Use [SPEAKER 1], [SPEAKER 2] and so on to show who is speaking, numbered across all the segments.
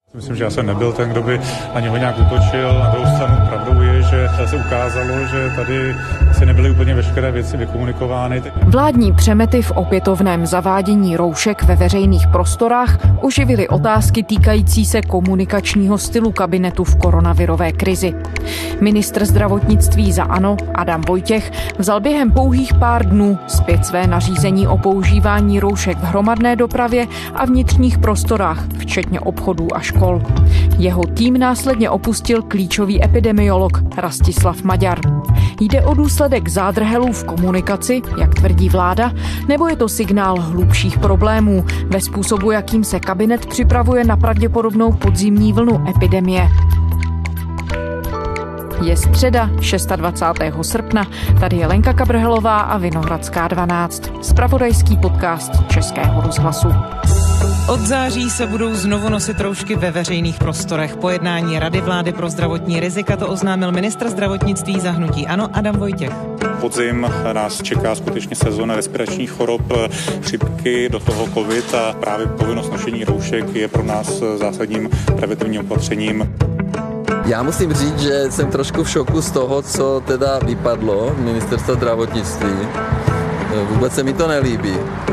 [SPEAKER 1] Myslím, že já jsem nebyl ten, kdo by ani ho nějak útočil. Na druhou stranu pravdou je, že se ukázalo, že tady asi nebyly úplně veškeré věci vykomunikovány.
[SPEAKER 2] Vládní přemety v opětovném zavádění roušek ve veřejných prostorách oživily otázky týkající se komunikačního stylu kabinetu v koronavirové krizi. Ministr zdravotnictví za ANO Adam Vojtěch vzal během pouhých pár dnů zpět své nařízení o používání roušek v hromadné dopravě a vnitřních prostorách, včetně obchodů a škol. Jeho tým následně opustil klíčový epidemiolog Rastislav Maďar. Jde o důsledek zádrhelů v komunikaci, jak tvrdí vláda, nebo je to signál hlubších problémů ve způsobu, jakým se kabinet připravuje na pravděpodobnou podzimní vlnu epidemie? Je středa 26. srpna, tady je Lenka Kabrhelová a Vinohradská 12, zpravodajský podcast Českého rozhlasu.
[SPEAKER 3] Od září se budou znovu nosit roušky ve veřejných prostorech. Po jednání Rady vlády pro zdravotní rizika to oznámil ministr zdravotnictví za hnutí ANO Adam Vojtěch.
[SPEAKER 1] Podzim nás čeká skutečně sezóna respiračních chorob, chřipky, do toho covid a právě povinnost nošení roušek je pro nás zásadním preventivním opatřením.
[SPEAKER 4] Já musím říct, že jsem trošku v šoku z toho, co teda vypadlo ministerstva zdravotnictví. Vůbec se mi to nelíbí.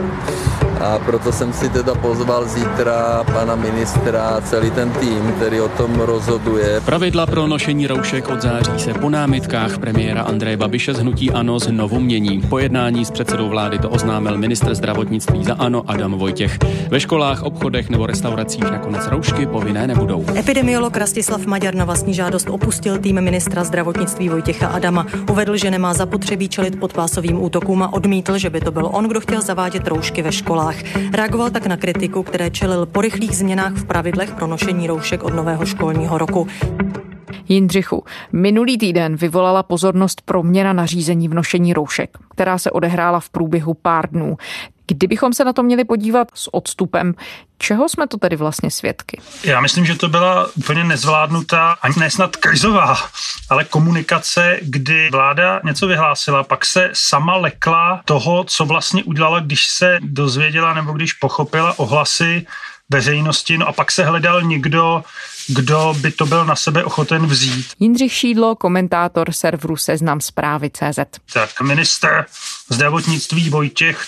[SPEAKER 4] A proto jsem si teda pozval zítra pana ministra, celý ten tým, který o tom rozhoduje.
[SPEAKER 5] Pravidla pro nošení roušek od září se po námitkách premiéra Andreje Babiše z hnutí ANO znovu mění. Po jednání s předsedou vlády to oznámil ministr zdravotnictví za ANO Adam Vojtěch. Ve školách, obchodech nebo restauracích nakonec roušky povinné nebudou.
[SPEAKER 6] Epidemiolog Rastislav Maďar na vlastní žádost opustil tým ministra zdravotnictví Vojtěcha Adama. Uvedl, že nemá zapotřebí čelit podpásovým útokům a odmítl, že by to byl on, kdo chtěl zavádět roušky ve školách. Reagoval tak na kritiku, které čelil po rychlých změnách v pravidlech pro nošení roušek od nového školního roku.
[SPEAKER 2] Jindřichu, minulý týden vyvolala pozornost proměna nařízení v nošení roušek, která se odehrála v průběhu pár dnů. Kdybychom se na to měli podívat s odstupem, čeho jsme to tedy vlastně svědky?
[SPEAKER 7] Já myslím, že to byla úplně nezvládnutá, ani nesnad krizová, ale komunikace, kdy vláda něco vyhlásila, pak se sama lekla toho, co vlastně udělala, když se dozvěděla nebo když pochopila ohlasy veřejnosti, no a pak se hledal někdo, kdo by to byl na sebe ochoten vzít.
[SPEAKER 2] Jindřich Šídlo, komentátor serveru Seznam Zprávy.cz.
[SPEAKER 7] Tak ministr zdravotnictví Vojtěch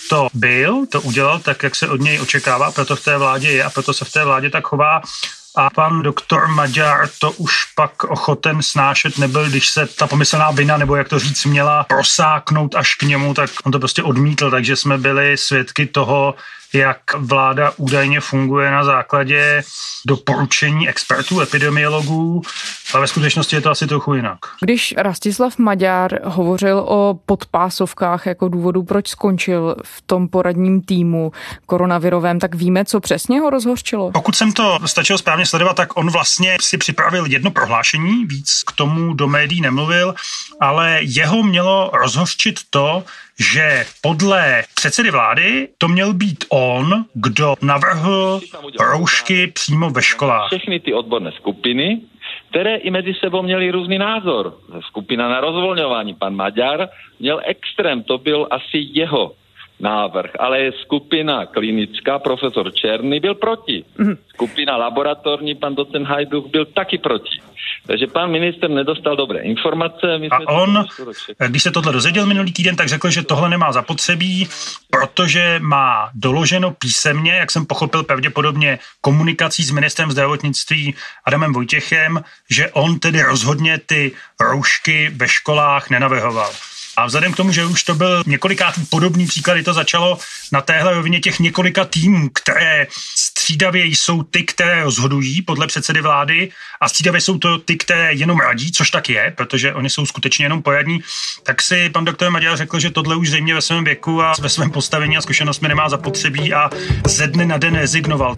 [SPEAKER 7] to udělal tak, jak se od něj očekává, proto v té vládě je a proto se v té vládě tak chová. A pan doktor Maďar to už pak ochoten snášet nebyl, když se ta pomyslná vina, nebo jak to říct, měla prosáknout až k němu, tak on to prostě odmítl, takže jsme byli svědky toho, jak vláda údajně funguje na základě doporučení expertů, epidemiologů, ale ve skutečnosti je to asi trochu jinak.
[SPEAKER 2] Když Rastislav Maďar hovořil o podpásovkách jako důvodu, proč skončil v tom poradním týmu koronavirovém, tak víme, co přesně ho rozhořčilo?
[SPEAKER 7] Pokud jsem to stačil správně sledovat, tak on vlastně si připravil jedno prohlášení, víc k tomu do médií nemluvil, ale jeho mělo rozhořčit to, že podle předsedy vlády to měl být on, kdo navrhl roušky přímo ve školách.
[SPEAKER 8] Všechny ty odborné skupiny, které i mezi sebou měly různý názor. Skupina na rozvolňování, pan Maďar měl extrém, to byl asi jeho návrh, ale skupina klinická, profesor Černý byl proti. Skupina laboratorní, pan docent Hajduch byl taky proti. Takže pan ministr nedostal dobré informace.
[SPEAKER 7] A on, když se tohle dozvěděl minulý týden, tak řekl, že tohle nemá zapotřebí, protože má doloženo písemně, jak jsem pochopil pravděpodobně komunikací s ministrem zdravotnictví Adamem Vojtěchem, že on tedy rozhodně ty roušky ve školách nenavrhoval. A vzhledem k tomu, že už to byl několikátý podobný příklad, kdy to začalo na téhle rovině těch několika týmů, které střídavě jsou ty, které rozhodují podle předsedy vlády a střídavě jsou to ty, které jenom radí, což tak je, protože oni jsou skutečně jenom poradní, tak si pan doktor Maďar řekl, že tohle už zřejmě ve svém věku a ve svém postavení a zkušenostmi nemá zapotřebí a ze dne na den rezignoval.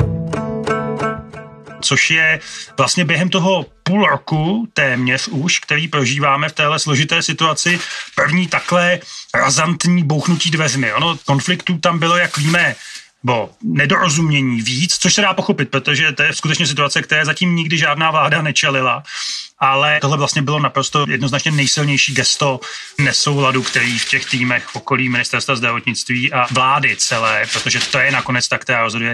[SPEAKER 7] Což je vlastně během toho půl roku téměř už, který prožíváme v téhle složité situaci, první takhle razantní bouchnutí dveřmi. Ono konfliktů tam bylo, jak víme, nedorozumění víc, což se dá pochopit, protože to je skutečně situace, které zatím nikdy žádná vláda nečelila. Ale tohle vlastně bylo naprosto jednoznačně nejsilnější gesto nesouladu, který v těch týmech v okolí ministerstva zdravotnictví a vlády celé, protože to je nakonec tak, která rozhoduje,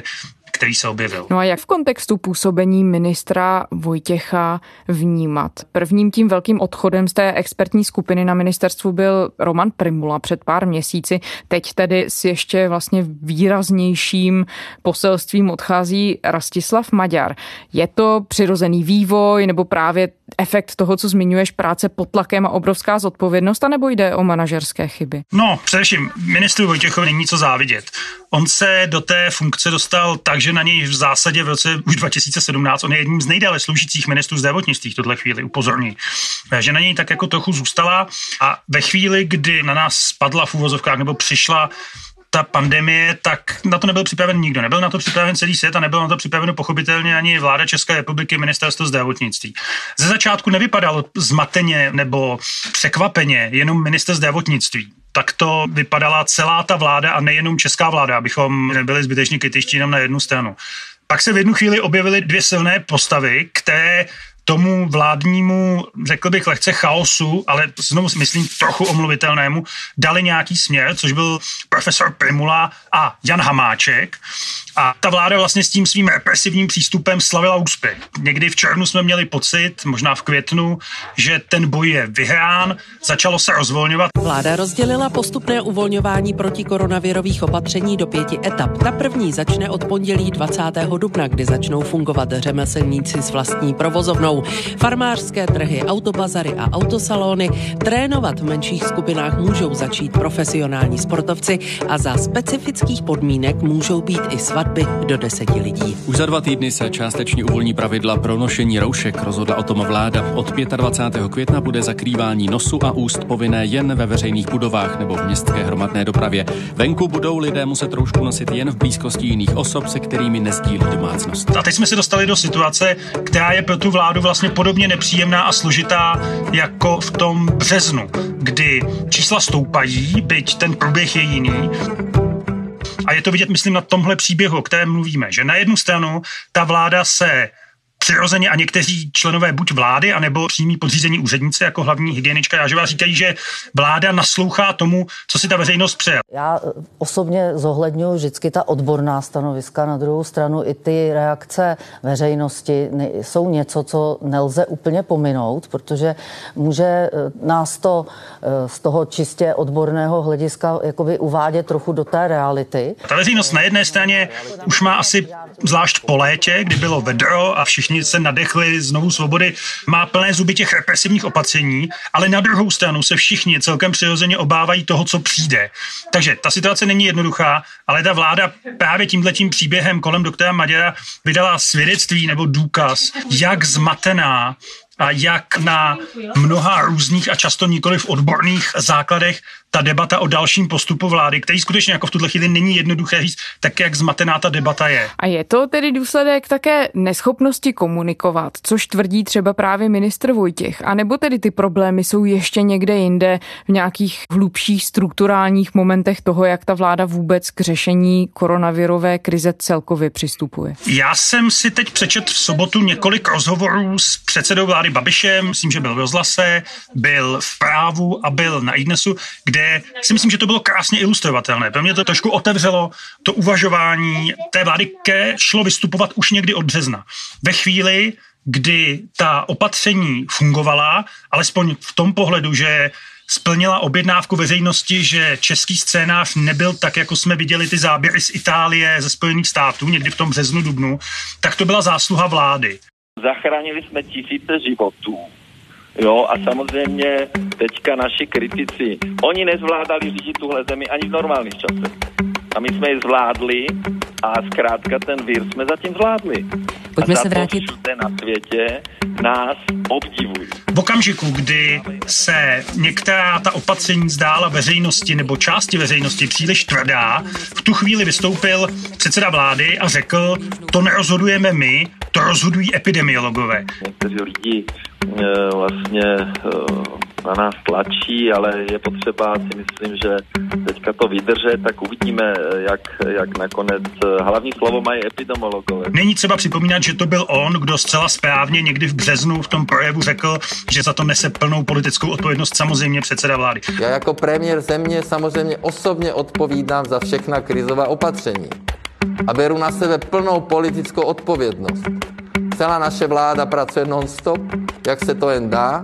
[SPEAKER 7] který se objevil.
[SPEAKER 2] No a jak v kontextu působení ministra Vojtěcha vnímat? Prvním tím velkým odchodem z té expertní skupiny na ministerstvu byl Roman Prymula před pár měsíci. Teď tedy s ještě vlastně výraznějším poselstvím odchází Rastislav Maďar. Je to přirozený vývoj nebo právě efekt toho, co zmiňuješ, práce pod tlakem a obrovská zodpovědnost, anebo jde o manažerské chyby?
[SPEAKER 7] No, především ministru Vojtěchovi není co závidět. On se do té funkce dostal tak, že na něj v zásadě v roce už 2017, on je jedním z nejdéle sloužících ministrů zdravotnictví v tuhle chvíli, upozorňuji, že na něj tak jako trochu zůstala a ve chvíli, kdy na nás spadla v úvozovkách nebo přišla ta pandemie, tak na to nebyl připraven nikdo. Nebyl na to připraven celý svět a nebyl na to připraveno pochopitelně ani vláda České republiky, ministerstvo zdravotnictví. Ze začátku nevypadalo zmateně nebo překvapeně jenom ministr zdravotnictví. Tak to vypadala celá ta vláda a nejenom česká vláda, abychom nebyli zbytečně kritičtí jenom na jednu stranu. Pak se v jednu chvíli objevily dvě silné postavy, které tomu vládnímu, řekl bych lehce chaosu, ale znovu myslím trochu omluvitelnému, dali nějaký směr, což byl profesor Prymula a Jan Hamáček. A ta vláda vlastně s tím svým represivním přístupem slavila úspěch. Někdy v červnu jsme měli pocit, možná v květnu, že ten boj je vyhrán, začalo se rozvolňovat.
[SPEAKER 9] Vláda rozdělila postupné uvolňování protikoronavirových opatření do 5 etap. Ta první začne od pondělí 20. dubna, kdy začnou fungovat řemeslníci s vlastní provozovnou. Farmářské trhy, autobazary a autosalony. Trénovat v menších skupinách můžou začít profesionální sportovci a za specifických podmínek můžou být i svatby do 10 lidí.
[SPEAKER 5] Už za 2 týdny se částečně uvolní pravidla pro nošení roušek. Rozhodla o tom vláda. Od 25. května bude zakrývání nosu a úst povinné jen ve veřejných budovách nebo v městské hromadné dopravě. Venku budou lidé muset roušku nosit jen v blízkosti jiných osob, se kterými nesdílí domácnost.
[SPEAKER 7] A teď jsme se dostali do situace, která je pro tu vládu vlastně podobně nepříjemná a složitá jako v tom březnu, kdy čísla stoupají, byť ten průběh je jiný. A je to vidět, myslím, na tomhle příběhu, o kterém mluvíme, že na jednu stranu ta vláda se přirozeně a někteří členové buď vlády, anebo přímí podřízení úředníci jako hlavní hygienička Jážová říkají, že vláda naslouchá tomu, co si ta veřejnost přeje.
[SPEAKER 10] Já osobně zohledňuji vždycky ta odborná stanoviska, na druhou stranu i ty reakce veřejnosti jsou něco, co nelze úplně pominout, protože může nás to z toho čistě odborného hlediska jakoby uvádět trochu do té reality.
[SPEAKER 7] Ta veřejnost na jedné straně už má asi, zvlášť po létě, kdy bylo vedro a všichni se nadechli znovu svobody, má plné zuby těch represivních opatření, ale na druhou stranu se všichni celkem přirozeně obávají toho, co přijde. Takže ta situace není jednoduchá, ale ta vláda právě tímhletím příběhem kolem doktora Maďara vydala svědectví nebo důkaz, jak zmatená a jak na mnoha různých a často nikoliv odborných základech ta debata o dalším postupu vlády, který skutečně jako v tuhle chvíli není jednoduché říct, tak jak zmatená ta debata je.
[SPEAKER 2] A je to tedy důsledek také neschopnosti komunikovat, což tvrdí třeba právě ministr Vojtěch, anebo tedy ty problémy jsou ještě někde jinde v nějakých hlubších strukturálních momentech toho, jak ta vláda vůbec k řešení koronavirové krize celkově přistupuje?
[SPEAKER 7] Já jsem si teď přečetl v sobotu několik rozhovorů s předsedou vlády Babišem, myslím, že byl v rozhlase, byl v Právu a byl na iDnesu, kde si myslím, že to bylo krásně ilustrovatelné. Pro mě to trošku otevřelo to uvažování té vlády, které šlo vystupovat už někdy od března. Ve chvíli, kdy ta opatření fungovala, alespoň v tom pohledu, že splnila objednávku veřejnosti, že český scénář nebyl tak, jako jsme viděli ty záběry z Itálie, ze Spojených států, někdy v tom březnu, dubnu, tak to byla zásluha vlády.
[SPEAKER 8] Zachránili jsme tisíce životů. Jo, a samozřejmě teďka naši kritici, oni nezvládali řídit tuhle zemi ani v normálních časech. A my jsme je zvládli a zkrátka ten vír jsme zatím zvládli.
[SPEAKER 9] Pojďme se vrátit.
[SPEAKER 8] Všude na světě nás obdivují.
[SPEAKER 7] V okamžiku, kdy se některá ta opatření zdála veřejnosti nebo části veřejnosti příliš tvrdá, v tu chvíli vystoupil předseda vlády a řekl, to nerozhodujeme my, to rozhodují epidemiologové.
[SPEAKER 8] Někteří lidi vlastně na nás tlačí, ale je potřeba, si myslím, že teďka to vydržet, tak uvidíme, jak nakonec hlavní slovo mají epidemiologové.
[SPEAKER 7] Není třeba připomínat, že to byl on, kdo zcela správně někdy v březnu v tom projevu řekl, že za to nese plnou politickou odpovědnost samozřejmě předseda vlády.
[SPEAKER 4] Já jako premiér země samozřejmě osobně odpovídám za všechna krizová opatření. a beru na sebe plnou politickou odpovědnost. Celá naše vláda pracuje non-stop, jak se to jen dá.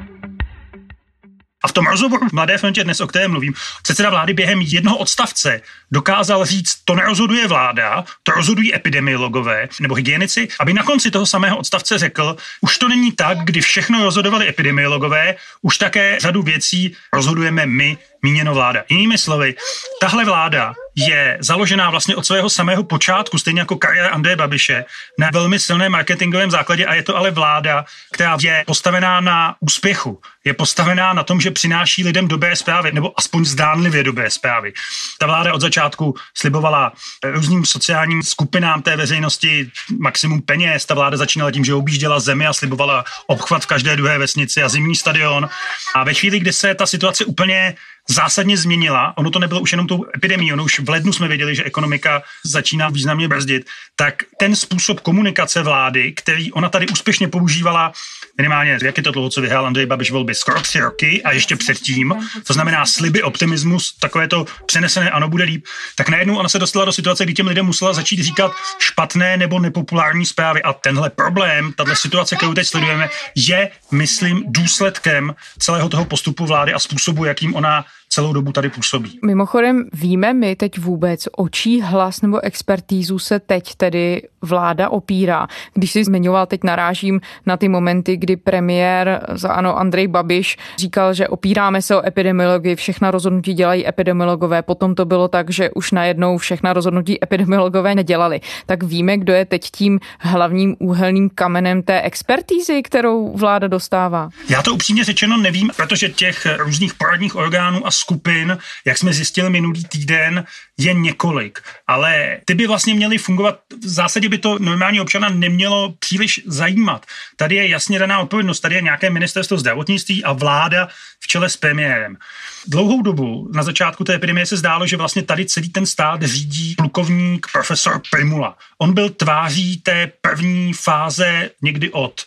[SPEAKER 7] A v tom rozhovoru v Mladé frontě dnes, o kterém mluvím, předseda vlády během jednoho odstavce dokázal říct, to nerozhoduje vláda, to rozhodují epidemiologové nebo hygienici, aby na konci toho samého odstavce řekl, už to není tak, kdy všechno rozhodovali epidemiologové, už také řadu věcí rozhodujeme my, míněno vláda. Jinými slovy, tahle vláda je založená vlastně od svého samého počátku, stejně jako kariéra Andreje Babiše, na velmi silném marketingovém základě a je to ale vláda, která je postavená na úspěchu. Je postavená na tom, že přináší lidem dobré zprávy, nebo aspoň zdánlivě dobré zprávy. Ta vláda od začátku slibovala různým sociálním skupinám té veřejnosti maximum peněz. Ta vláda začínala tím, že objížděla zemi a slibovala obchvat v každé druhé vesnici a zimní stadion. A ve chvíli, kdy se ta situace úplně zásadně změnila, ono to nebylo už jenom tou epidemií, ono už v lednu jsme věděli, že ekonomika začíná významně brzdit, tak ten způsob komunikace vlády, který ona tady úspěšně používala minimálně, jak je to dlouho, co vyhrál Andrej Babiš volby, skoro 3 roky a ještě předtím, to znamená sliby, optimismus, takové to přenesené ano, bude líp, tak najednou ona se dostala do situace, kdy těm lidem musela začít říkat špatné nebo nepopulární zprávy a tenhle problém, tahle situace, kterou teď sledujeme, je, myslím, důsledkem celého toho postupu vlády a způsobu, jakým ona celou dobu tady působí.
[SPEAKER 2] Mimochodem, víme my teď vůbec, o čí hlas nebo expertízu se teď tedy vláda opírá? Když si zmiňoval, teď narážím na ty momenty, kdy premiér za ANO Andrej Babiš říkal, že opíráme se o epidemiologii, všechna rozhodnutí dělají epidemiologové, potom to bylo tak, že už najednou všechna rozhodnutí epidemiologové nedělali. Tak víme, kdo je teď tím hlavním úhelným kamenem té expertízy, kterou vláda dostává?
[SPEAKER 7] Já to upřímně řečeno nevím, protože těch různých poradních orgánů a skupin, jak jsme zjistili minulý týden, je několik. Ale ty by vlastně měly fungovat, v zásadě by to normální občana nemělo příliš zajímat. Tady je jasně daná odpovědnost, tady je nějaké ministerstvo zdravotnictví a vláda v čele s premiérem. Dlouhou dobu na začátku té epidemie se zdálo, že vlastně tady celý ten stát řídí plukovník profesor Prymula. On byl tváří té první fáze někdy od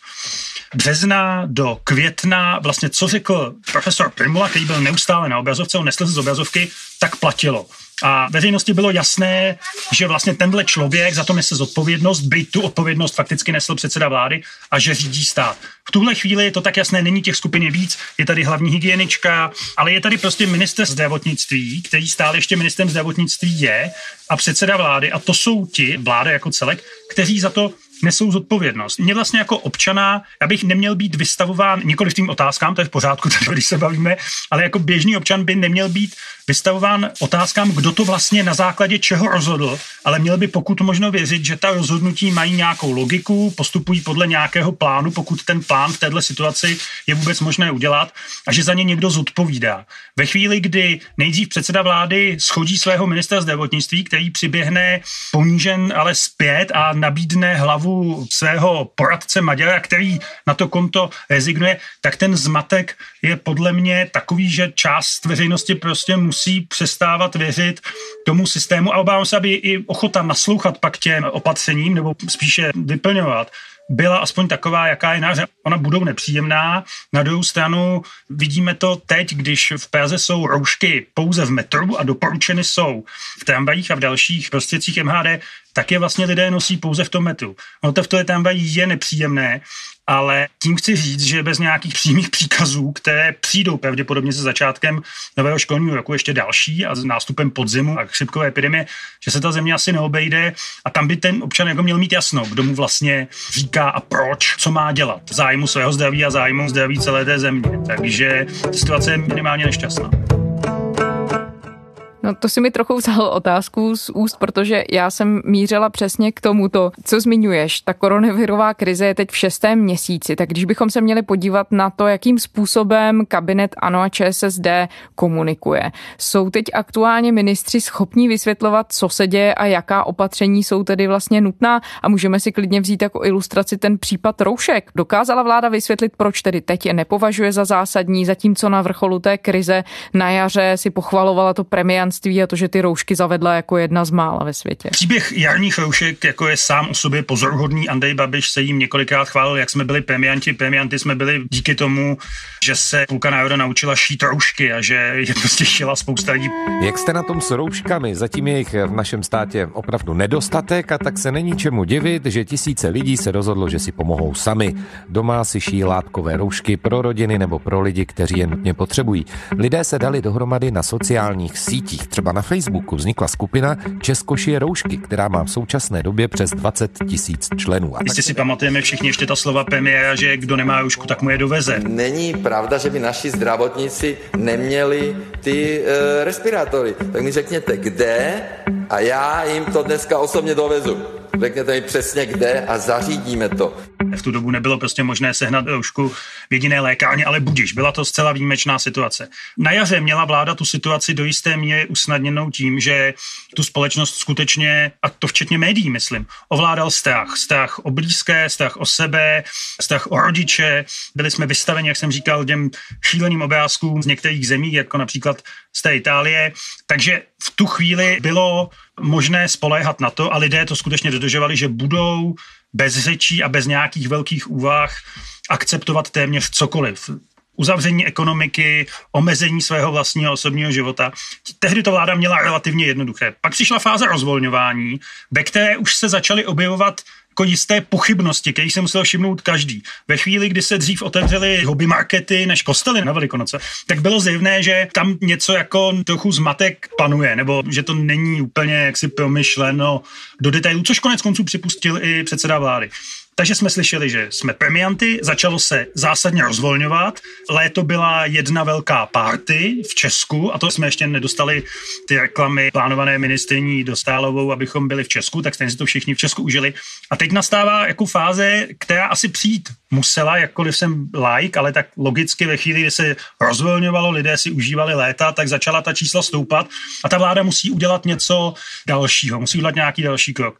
[SPEAKER 7] března do května, vlastně co řekl profesor Prymula, který byl neustále na obrazovce, on neslezl z obrazovky, tak platilo. A veřejnosti bylo jasné, že vlastně tenhle člověk za to nese zodpovědnost, byť tu odpovědnost fakticky nesl předseda vlády a že řídí stát. V tuhle chvíli je to tak jasné, není těch skupin víc, je tady hlavní hygienička, ale je tady prostě ministr zdravotnictví, který stále ještě ministrem zdravotnictví je a předseda vlády a to jsou ti, vláda jako celek, kteří za to nesou zodpovědnost. Mě vlastně jako občana, já bych neměl být vystavován nikoliv tím otázkám, to je v pořádku, když se bavíme, ale jako běžný občan by neměl být vystavován otázkám, kdo to vlastně na základě čeho rozhodl, ale měl by pokud možno věřit, že ta rozhodnutí mají nějakou logiku, postupují podle nějakého plánu, pokud ten plán v této situaci je vůbec možné udělat a že za ně někdo zodpovídá. Ve chvíli, kdy nejdřív předseda vlády schodí svého ministra zdravotnictví, který přiběhne ponížen ale zpět a nabídne hlavu svého poradce Maďara, který na to konto rezignuje, tak ten zmatek je podle mě takový, že část veřejnosti prostě musí přestávat věřit tomu systému a obávám se, aby i ochota naslouchat pak těm opatřením nebo spíše vyplňovat byla aspoň taková, jaká je náře. Ona budou nepříjemná. Na druhou stranu vidíme to teď, když v Praze jsou roušky pouze v metru a doporučeny jsou v tramvajích a v dalších prostředcích MHD, tak je vlastně lidé nosí pouze v tom metru. Ono to v té tramvaji je nepříjemné, ale tím chci říct, že bez nějakých přímých příkazů, které přijdou pravděpodobně se začátkem nového školního roku ještě další a s nástupem podzimu a chřipkové epidemie, že se ta země asi neobejde a tam by ten občan jako měl mít jasno, kdo mu vlastně říká a proč, co má dělat v zájmu svého zdraví a zájmu zdraví celé té země. Takže situace je minimálně nešťastná.
[SPEAKER 2] No to si mi trochu vzal otázku z úst, protože já jsem mířila přesně k tomuto, co zmiňuješ. Ta koronavirová krize je teď v 6. měsíci, tak když bychom se měli podívat na to, jakým způsobem kabinet ANO a ČSSD komunikuje. Jsou teď aktuálně ministři schopní vysvětlovat, co se děje a jaká opatření jsou tedy vlastně nutná a můžeme si klidně vzít jako ilustraci ten případ roušek. Dokázala vláda vysvětlit, proč tedy teď je nepovažuje za zásadní, zatímco na vrcholu té krize na jaře si pochvalovala to premiérské veganství a to, že ty roušky zavedla jako jedna z mála ve světě.
[SPEAKER 7] Příběh jarních roušek jako je sám o sobě pozoruhodný. Andrej Babiš se jim několikrát chválil, jak jsme byli premianti. Premianti jsme byli díky tomu, že se půlka národa naučila šít roušky a že je prostě šila spousta lidí.
[SPEAKER 11] Jak jste na tom s rouškami? Zatím je jich v našem státě opravdu nedostatek a tak se není čemu divit, že tisíce lidí se rozhodlo, že si pomohou sami. Doma si šijí látkové roušky pro rodiny nebo pro lidi, kteří je nutně potřebují. Lidé se dali dohromady na sociálních sítích. Třeba na Facebooku vznikla skupina Česko šije roušky, která má v současné době přes 20 000 členů.
[SPEAKER 7] Jistě si pamatujeme všichni ještě ta slova premiéra, že kdo nemá roušku, tak mu je doveze.
[SPEAKER 4] Není pravda, že by naši zdravotníci neměli ty respirátory. Tak mi řekněte, kde a já jim to dneska osobně dovezu. Řekněte mi přesně kde a zařídíme to.
[SPEAKER 7] V tu dobu nebylo prostě možné sehnat roušku v jediné lékárně, ale budiš, byla to zcela výjimečná situace. Na jaře měla vláda tu situaci do jisté míry usnadněnou tím, že tu společnost skutečně, a to včetně médií, myslím, ovládal strach. Strach o blízké, strach o sebe, strach o rodiče. Byli jsme vystaveni, jak jsem říkal, těm šíleným obrázkům z některých zemí, jako například z té Itálie. Takže v tu chvíli bylo možné spoléhat na to a lidé to skutečně dodržovali, že budou bez řečí a bez nějakých velkých úvah akceptovat téměř cokoliv. Uzavření ekonomiky, omezení svého vlastního osobního života. Tehdy to vláda měla relativně jednoduché. Pak přišla fáze rozvolňování, ve které už se začaly objevovat jako jisté pochybnosti, kterých se musel všimnout každý. Ve chvíli, kdy se dřív otevřely hobby markety než kostely na Velikonoce, tak bylo zjevné, že tam něco jako trochu zmatek panuje, nebo že to není úplně jaksi promyšleno do detailů, což konec konců připustil i předseda vlády. Takže jsme slyšeli, že jsme premianti, začalo se zásadně rozvolňovat. Léto byla jedna velká party v Česku a to jsme ještě nedostali ty reklamy plánované ministryní Dostálovou, abychom byli v Česku, tak stejně si to všichni v Česku užili. A teď nastává jako fáze, která asi přijít musela, jakkoliv jsem laik, ale tak logicky ve chvíli, kdy se rozvolňovalo, lidé si užívali léta, tak začala ta čísla stoupat a ta vláda musí udělat něco dalšího, musí udělat nějaký další krok.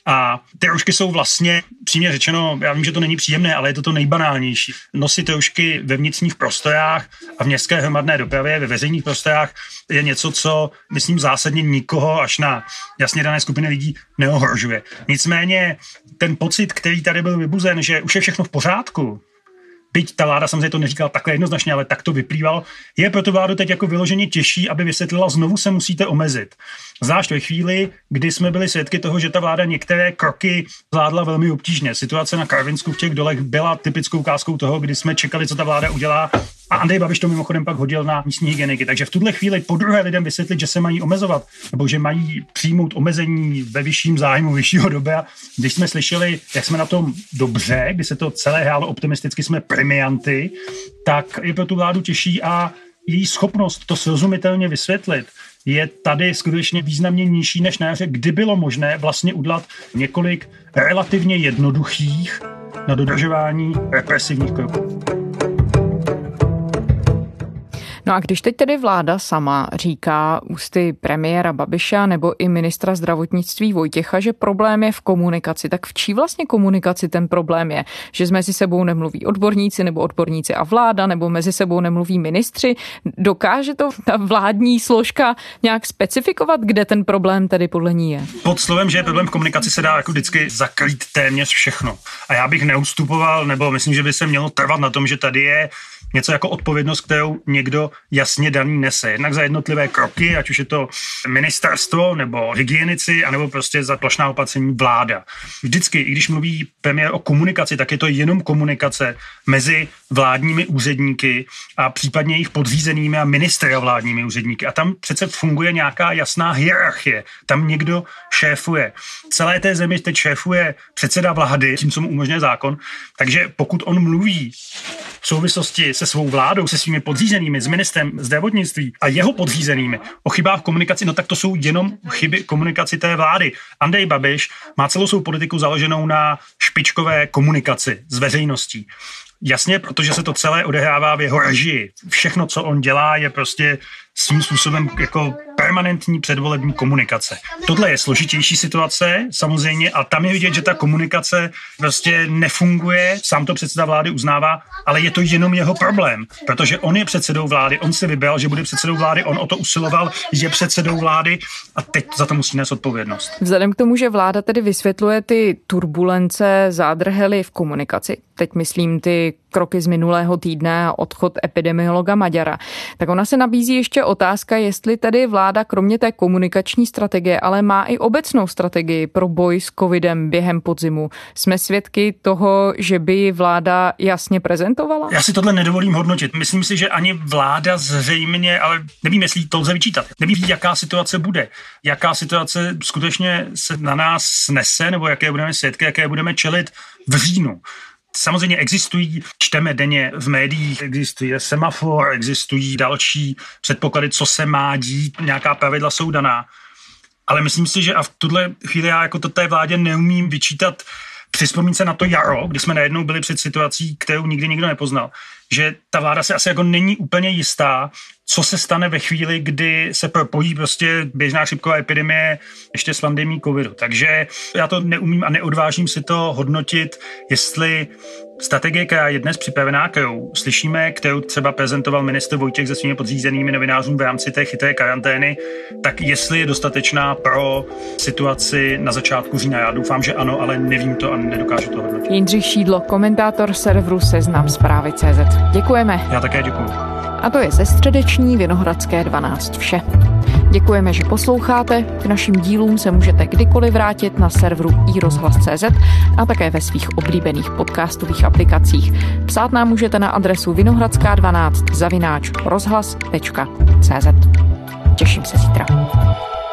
[SPEAKER 7] A ty roušky jsou vlastně, přímě řečeno, já vím, že to není příjemné, ale je to nejbanálnější. Nosit roušky ve vnitřních prostorách a v městské hromadné dopravě, ve veřejných prostorách je něco, co, myslím, zásadně nikoho až na jasně dané skupiny lidí neohrožuje. Nicméně ten pocit, který tady byl vybuzen, že už je všechno v pořádku, byť ta vláda samozřejmě to neříkala takhle jednoznačně, ale tak to vyplývalo, je pro tu vládu teď jako vyloženě těžší, aby vysvětlila, znovu se musíte omezit. Zvlášť ve chvíli, kdy jsme byli svědky toho, že ta vláda některé kroky zvládla velmi obtížně. Situace na Karvinsku v těch dolech byla typickou ukázkou toho, kdy jsme čekali, co ta vláda udělá. A Andrej Babiš to mimochodem pak hodil na místní hygieniky. Takže v tuhle chvíli podruhé lidem vysvětlit, že se mají omezovat, nebo že mají přijmout omezení ve vyšším zájmu vyššího doby. Když jsme slyšeli, jak jsme na tom dobře, kdy se to celé hrálo optimisticky, jsme premianti, tak je pro tu vládu těžší a její schopnost to srozumitelně vysvětlit je tady skutečně významně nižší než na jaře, kdy bylo možné vlastně udělat několik relativně jednoduchých na dodržování represivních kroků.
[SPEAKER 2] No a když teď tedy vláda sama říká ústy premiéra Babiša nebo i ministra zdravotnictví Vojtěcha, že problém je v komunikaci, tak v čí vlastně komunikaci ten problém je? Že mezi sebou nemluví odborníci nebo odborníci a vláda, nebo mezi sebou nemluví ministři? Dokáže to ta vládní složka nějak specifikovat, kde ten problém tedy podle ní je?
[SPEAKER 7] Pod slovem, že je problém v komunikaci, se dá jako vždycky zakrýt téměř všechno. A já bych neustupoval, nebo myslím, že by se mělo trvat na tom, že tady je něco jako odpovědnost, kterou někdo jasně daný nese. Jednak za jednotlivé kroky, ať už je to ministerstvo nebo hygienici, anebo prostě za plošná opatření vláda. Vždycky, i když mluví premiér o komunikaci, tak je to jenom komunikace mezi vládními úředníky a případně jejich podřízenými a ministry a vládními úředníky. A tam přece funguje nějaká jasná hierarchie. Tam někdo šéfuje. Celé té zemi teď šéfuje předseda vlády, tím, co mu umožňuje zákon. Takže pokud on mluví v souvislosti se svou vládou, se svými podřízenými, s ministrem zdravotnictví a jeho podřízenými o chybách v komunikaci, no tak to jsou jenom chyby komunikaci té vlády. Andrej Babiš má celou svou politiku založenou na špičkové komunikaci s veřejností. Jasně, protože se to celé odehrává v jeho režii. Všechno, co on dělá, je prostě svým způsobem jako permanentní předvolební komunikace. Tohle je složitější situace samozřejmě a tam je vidět, že ta komunikace prostě nefunguje, sám to předseda vlády uznává, ale je to jenom jeho problém, protože on je předsedou vlády, on si vybral, že bude předsedou vlády, on o to usiloval, je předsedou vlády a teď za to musí nést odpovědnost.
[SPEAKER 2] Vzhledem k tomu, že vláda tedy vysvětluje ty turbulence, zádrhely v komunikaci, teď myslím ty kroky z minulého týdne a odchod epidemiologa Maďara, tak ona se nabízí ještě otázka, jestli tedy vláda kromě té komunikační strategie, ale má i obecnou strategii pro boj s covidem během podzimu. Jsme svědky toho, že by ji vláda jasně prezentovala?
[SPEAKER 7] Já si tohle nedovolím hodnotit. Myslím si, že ani vláda zřejmě, ale nevím, jestli to lze vyčítat. Nevím, jaká situace bude. Jaká situace skutečně se na nás snese, nebo jaké budeme svědky, jaké budeme čelit v říjnu. Samozřejmě existují, čteme denně v médiích, existuje semafor, existují další předpoklady, co se má dít, nějaká pravidla jsou daná. Ale myslím si, že a v tuhle chvíli já jako to té vládě neumím vyčítat při vzpomínce na to jaro, kdy jsme najednou byli před situací, kterou nikdy nikdo nepoznal, že ta vláda se asi jako není úplně jistá, co se stane ve chvíli, kdy se propojí prostě běžná chřipková epidemie ještě s pandemií covidu. Takže já to neumím a neodvážím si to hodnotit, jestli strategie, která je dnes připravená, kterou slyšíme, kterou třeba prezentoval ministr Vojtěch se svými podřízenými novinářům v rámci té chytré karantény, tak jestli je dostatečná pro situaci na začátku října. Já doufám, že ano, ale nevím to a nedokážu to hodnotit.
[SPEAKER 2] Jindřich Šídlo, komentátor serveru Seznam Zprávy.cz. Děkujeme.
[SPEAKER 7] Já také děkuji.
[SPEAKER 2] A to je ze středeční Vinohradské 12 vše. Děkujeme, že posloucháte. K našim dílům se můžete kdykoliv vrátit na serveru iRozhlas.cz a také ve svých oblíbených podcastových aplikacích. Psát nám můžete na adresu vinohradská12@rozhlas.cz. Těším se zítra.